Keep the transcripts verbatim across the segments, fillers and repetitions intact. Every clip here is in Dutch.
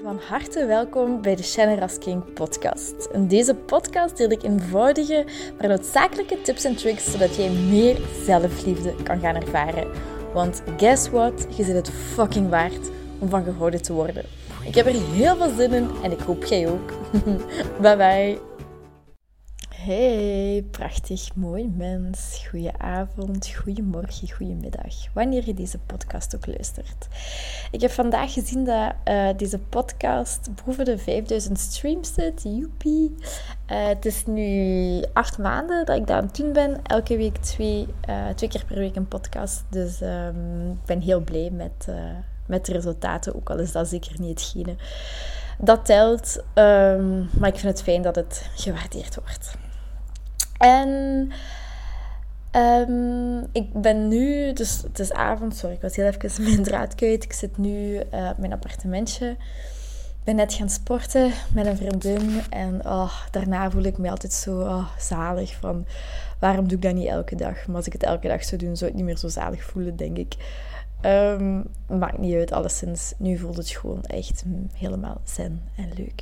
Van harte welkom bij de Shine as King podcast. In deze podcast deel ik eenvoudige, maar noodzakelijke tips en tricks zodat jij meer zelfliefde kan gaan ervaren. Want guess what? Je zit het fucking waard om van gehouden te worden. Ik heb er heel veel zin in en ik hoop jij ook. Bye bye. Hey, prachtig mooi mens. Goedenavond, goedemorgen, goedemiddag. Wanneer je deze podcast ook luistert. Ik heb vandaag gezien dat uh, deze podcast boven de vijfduizend streams zit. Joepie. Uh, het is nu acht maanden dat ik dat aan het doen ben. Elke week twee, uh, twee keer per week een podcast. Dus um, ik ben heel blij met, uh, met de resultaten. Ook al is dat zeker niet hetgene dat telt. Um, maar ik vind het fijn dat het gewaardeerd wordt. En um, ik ben nu, dus het is avond, sorry, ik was heel even mijn draad kwijt. Ik zit nu uh, op mijn appartementje. Ik ben net gaan sporten met een vriendin. En oh, daarna voel ik me altijd zo oh, zalig van, waarom doe ik dat niet elke dag? Maar als ik het elke dag zou doen, zou ik het niet meer zo zalig voelen, denk ik. Um, maakt niet uit, alleszins. Nu voelt het gewoon echt helemaal zen en leuk.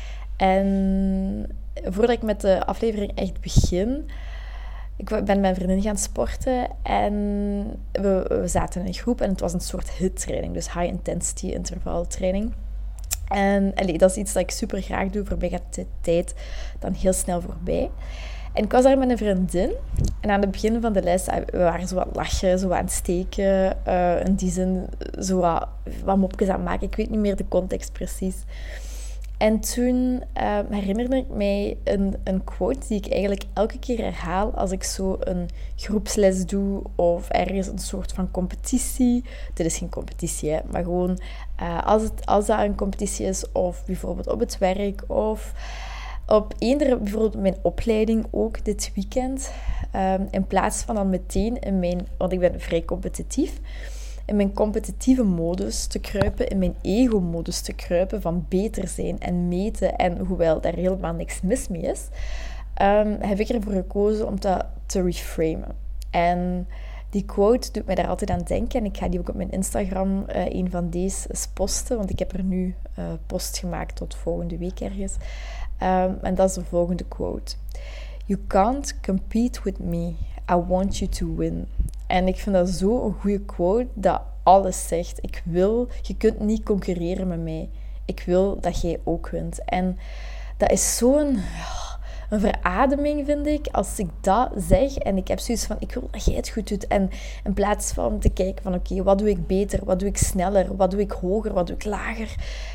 En voordat ik met de aflevering echt begin, ik ben met mijn vriendin gaan sporten en we, we zaten in een groep en het was een soort HIIT-training, dus high intensity intervaltraining. En allee, dat is iets dat ik super graag doe, voor mij gaat de tijd dan heel snel voorbij. En ik was daar met een vriendin en aan het begin van de les, we waren zo wat lachen, zo aan het steken, uh, in die zin zo wat, wat mopjes aan het maken, ik weet niet meer de context precies. En toen uh, herinnerde ik mij een, een quote die ik eigenlijk elke keer herhaal als ik zo een groepsles doe of ergens een soort van competitie. Dit is geen competitie, hè, maar gewoon uh, als, het, als dat een competitie is of bijvoorbeeld op het werk of op eender, bijvoorbeeld mijn opleiding ook dit weekend. Um, in plaats van dan meteen in mijn, want ik ben vrij competitief, in mijn competitieve modus te kruipen, in mijn ego-modus te kruipen van beter zijn en meten. En hoewel daar helemaal niks mis mee is, um, heb ik ervoor gekozen om dat te reframen. En die quote doet mij daar altijd aan denken. En ik ga die ook op mijn Instagram, uh, een van deze, posten. Want ik heb er nu uh, post gemaakt tot volgende week ergens. Um, en dat is de volgende quote. You can't compete with me. I want you to win. En ik vind dat zo een goede quote dat alles zegt. Ik wil, je kunt niet concurreren met mij. Ik wil dat jij ook wint. En dat is zo'n een verademing, vind ik, als ik dat zeg. En ik heb zoiets van, ik wil dat jij het goed doet. En in plaats van te kijken van, oké, okay, wat doe ik beter? Wat doe ik sneller? Wat doe ik hoger? Wat doe ik lager?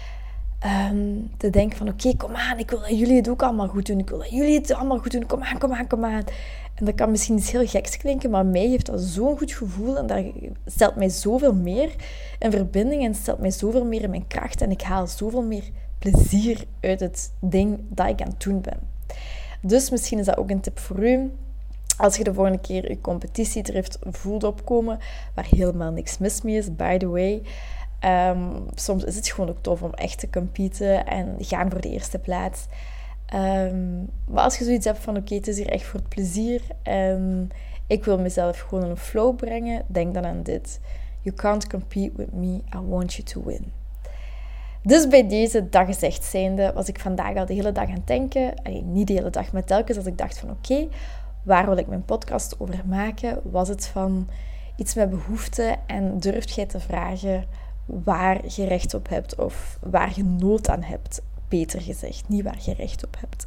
Um, te denken van, oké, okay, kom aan, ik wil dat jullie het ook allemaal goed doen. Ik wil dat jullie het allemaal goed doen. Kom aan, kom aan, kom aan. En dat kan misschien iets heel geks klinken, maar mij heeft dat zo'n goed gevoel. En dat stelt mij zoveel meer in verbinding en stelt mij zoveel meer in mijn kracht. En ik haal zoveel meer plezier uit het ding dat ik aan het doen ben. Dus misschien is dat ook een tip voor u. Als je de volgende keer je competitiedrift voelt opkomen, waar helemaal niks mis mee is, by the way. Um, soms is het gewoon ook tof om echt te competen en gaan voor de eerste plaats. Um, maar als je zoiets hebt van, oké, okay, het is hier echt voor het plezier en ik wil mezelf gewoon in een flow brengen, denk dan aan dit. You can't compete with me, I want you to win. Dus bij deze dag gezegd zijnde was ik vandaag al de hele dag aan het denken. Allee, niet de hele dag, maar telkens als ik dacht van, oké, okay, waar wil ik mijn podcast over maken? Was het van iets met behoefte en durft jij te vragen waar je recht op hebt of waar je nood aan hebt, beter gezegd, niet waar je recht op hebt.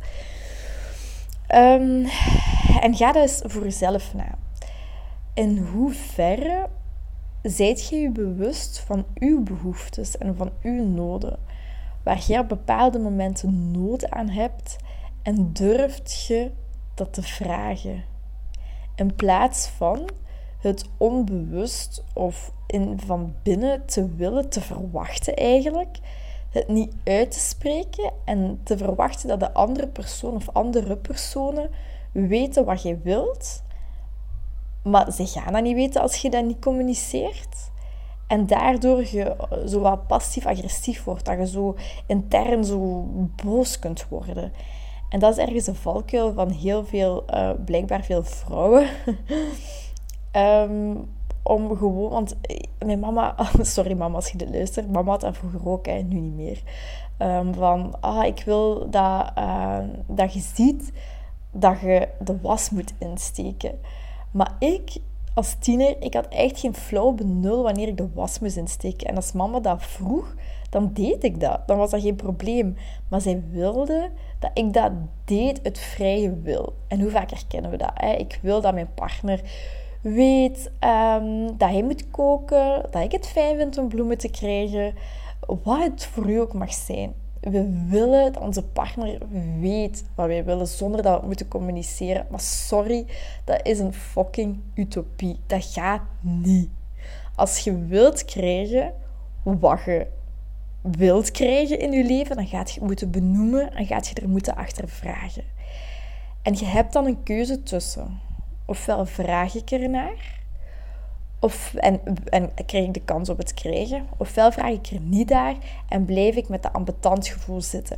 Um, en ga dat eens voor jezelf na. In hoeverre zijt je je bewust van uw behoeftes en van uw noden, waar je op bepaalde momenten nood aan hebt en durft je dat te vragen, in plaats van het onbewust of in, van binnen te willen, te verwachten eigenlijk, het niet uit te spreken en te verwachten dat de andere persoon of andere personen weten wat je wilt, maar ze gaan dat niet weten als je dat niet communiceert. En daardoor je zo wat passief-agressief wordt, dat je zo intern zo boos kunt worden. En dat is ergens een valkuil van heel veel, uh, blijkbaar veel vrouwen. um, om gewoon... Want mijn mama... Sorry mama als je dit luistert. Mama had dat vroeger ook, hè, nu niet meer. Um, van, ah, ik wil dat, uh, dat je ziet dat je de was moet insteken. Maar ik, als tiener, ik had echt geen flauw benul wanneer ik de was moest insteken. En als mama dat vroeg, dan deed ik dat. Dan was dat geen probleem. Maar zij wilde dat ik dat deed uit vrije wil. En hoe vaak herkennen we dat? Hè? Ik wil dat mijn partner weet um, dat hij moet koken, dat ik het fijn vind om bloemen te krijgen, wat het voor u ook mag zijn. We willen dat onze partner weet wat wij willen, zonder dat we moeten communiceren. Maar sorry, dat is een fucking utopie. Dat gaat niet. Als je wilt krijgen wat je wilt krijgen in je leven, dan gaat je het moeten benoemen en gaat je er moeten achter vragen. En je hebt dan een keuze tussen. Ofwel vraag ik ernaar, of, en, en krijg ik de kans op het krijgen. Ofwel vraag ik er niet naar en blijf ik met dat ambetant gevoel zitten.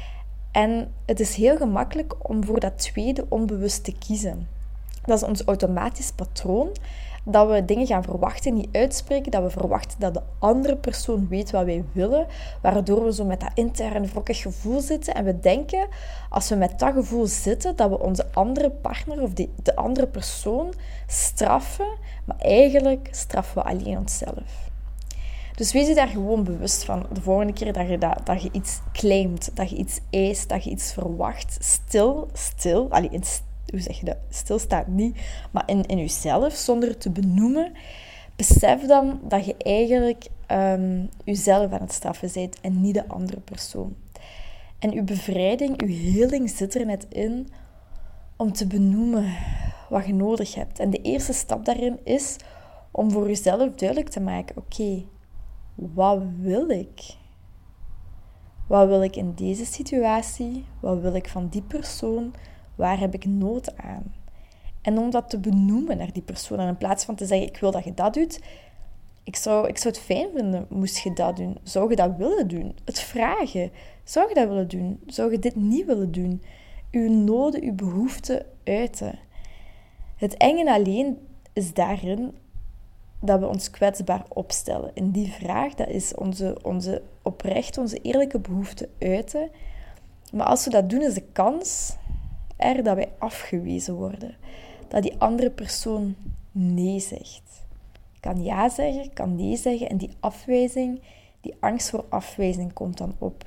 En het is heel gemakkelijk om voor dat tweede onbewust te kiezen. Dat is ons automatisch patroon. Dat we dingen gaan verwachten, niet uitspreken. Dat we verwachten dat de andere persoon weet wat wij willen. Waardoor we zo met dat intern wrokkig gevoel zitten. En we denken, als we met dat gevoel zitten, dat we onze andere partner of de, de andere persoon straffen. Maar eigenlijk straffen we alleen onszelf. Dus wees je daar gewoon bewust van. De volgende keer dat je, dat, dat je iets claimt, dat je iets eist, dat je iets verwacht. Stil, stil. Allee, in stil. Hoe zeg je dat? Stilstaat niet, maar in, in jezelf, zonder het te benoemen. Besef dan dat je eigenlijk um, jezelf aan het straffen bent en niet de andere persoon. En je bevrijding, je healing zit er net in om te benoemen wat je nodig hebt. En de eerste stap daarin is om voor jezelf duidelijk te maken, oké, okay, wat wil ik? Wat wil ik in deze situatie? Wat wil ik van die persoon? Waar heb ik nood aan? En om dat te benoemen naar die persoon. En in plaats van te zeggen, ik wil dat je dat doet. Ik zou, ik zou het fijn vinden, moest je dat doen. Zou je dat willen doen? Het vragen. Zou je dat willen doen? Zou je dit niet willen doen? Uw noden, uw behoeften uiten. Het eng en alleen is daarin dat we ons kwetsbaar opstellen. En die vraag, dat is onze, onze oprecht, onze eerlijke behoeften uiten. Maar als we dat doen, is de kans er dat wij afgewezen worden. Dat die andere persoon nee zegt. Kan ja zeggen, kan nee zeggen. En die afwijzing, die angst voor afwijzing komt dan op.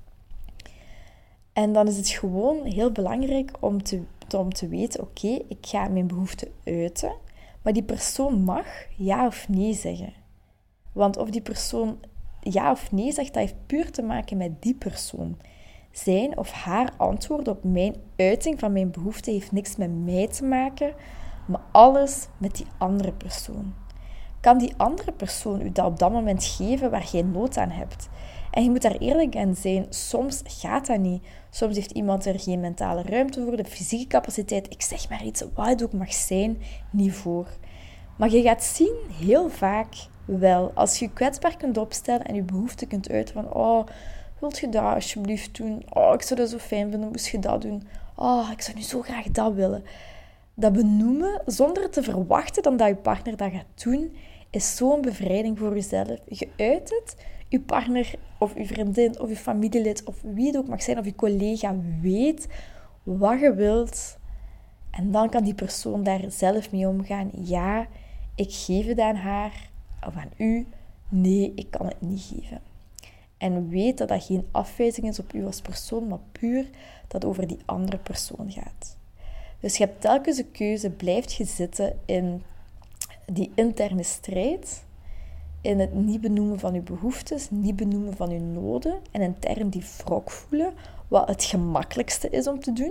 En dan is het gewoon heel belangrijk om te, om te weten, oké, okay, ik ga mijn behoeften uiten. Maar die persoon mag ja of nee zeggen. Want of die persoon ja of nee zegt, dat heeft puur te maken met die persoon. Zijn of haar antwoord op mijn uiting van mijn behoefte heeft niks met mij te maken, maar alles met die andere persoon. Kan die andere persoon u dat op dat moment geven waar jij nood aan hebt? En je moet daar eerlijk aan zijn. Soms gaat dat niet. Soms heeft iemand er geen mentale ruimte voor, de fysieke capaciteit, ik zeg maar iets, wat het ook mag zijn, niet voor. Maar je gaat zien, heel vaak wel, als je je kwetsbaar kunt opstellen en je behoefte kunt uiten van, oh, wilt je dat alsjeblieft doen? Oh, ik zou dat zo fijn vinden, moest je dat doen? Oh, ik zou nu zo graag dat willen. Dat benoemen, zonder te verwachten dan dat je partner dat gaat doen, is zo'n bevrijding voor jezelf. Je uit het, je partner of je vriendin of je familielid of wie het ook mag zijn, of je collega weet wat je wilt. En dan kan die persoon daar zelf mee omgaan. Ja, ik geef het aan haar of aan u. Nee, ik kan het niet geven. En weet dat dat geen afwijzing is op u als persoon, maar puur dat het over die andere persoon gaat. Dus je hebt telkens een keuze, blijft je zitten in die interne strijd, in het niet benoemen van je behoeftes, niet benoemen van je noden en intern die wrok voelen, wat het gemakkelijkste is om te doen.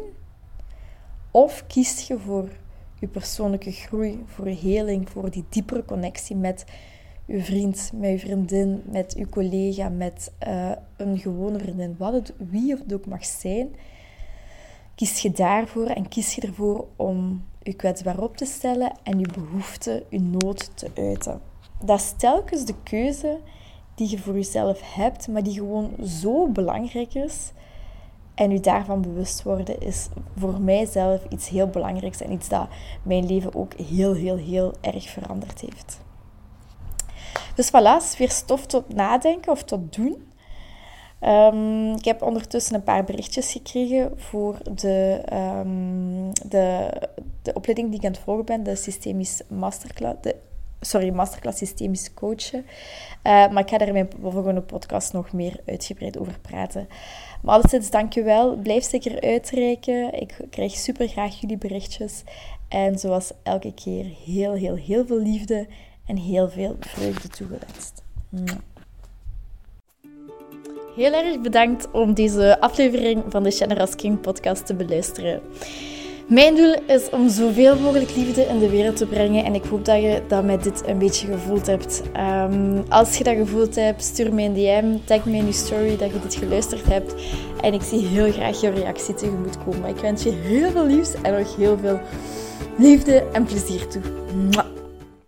Of kies je voor je persoonlijke groei, voor je heling, voor die diepere connectie met je vriend, met je vriendin, met je collega, met uh, een gewone vriendin, wat het, wie het ook mag zijn. Kies je daarvoor en kies je ervoor om je kwetsbaar op te stellen en je behoefte, je nood te uiten. Dat is telkens de keuze die je voor jezelf hebt, maar die gewoon zo belangrijk is. En je daarvan bewust worden is voor mijzelf iets heel belangrijks en iets dat mijn leven ook heel, heel, heel erg veranderd heeft. Dus voilà, is weer stof tot nadenken of tot doen. Um, ik heb ondertussen een paar berichtjes gekregen voor de, um, de, de opleiding die ik aan het volgen ben, de systemisch masterclass, de, sorry, masterclass systemisch coachen. Uh, maar ik ga daar in mijn volgende podcast nog meer uitgebreid over praten. Maar alleszins, dankjewel. Blijf zeker uitreiken. Ik krijg super graag jullie berichtjes. En zoals elke keer heel, heel, heel veel liefde en heel veel vreugde toegewenst. Heel erg bedankt om deze aflevering van de Generous King podcast te beluisteren. Mijn doel is om zoveel mogelijk liefde in de wereld te brengen en ik hoop dat je dat met dit een beetje gevoeld hebt. Um, als je dat gevoeld hebt, stuur mij een D M, tag me in je story dat je dit geluisterd hebt en ik zie heel graag jouw reactie tegemoet komen. Ik wens je heel veel liefs en nog heel veel liefde en plezier toe. Mwah.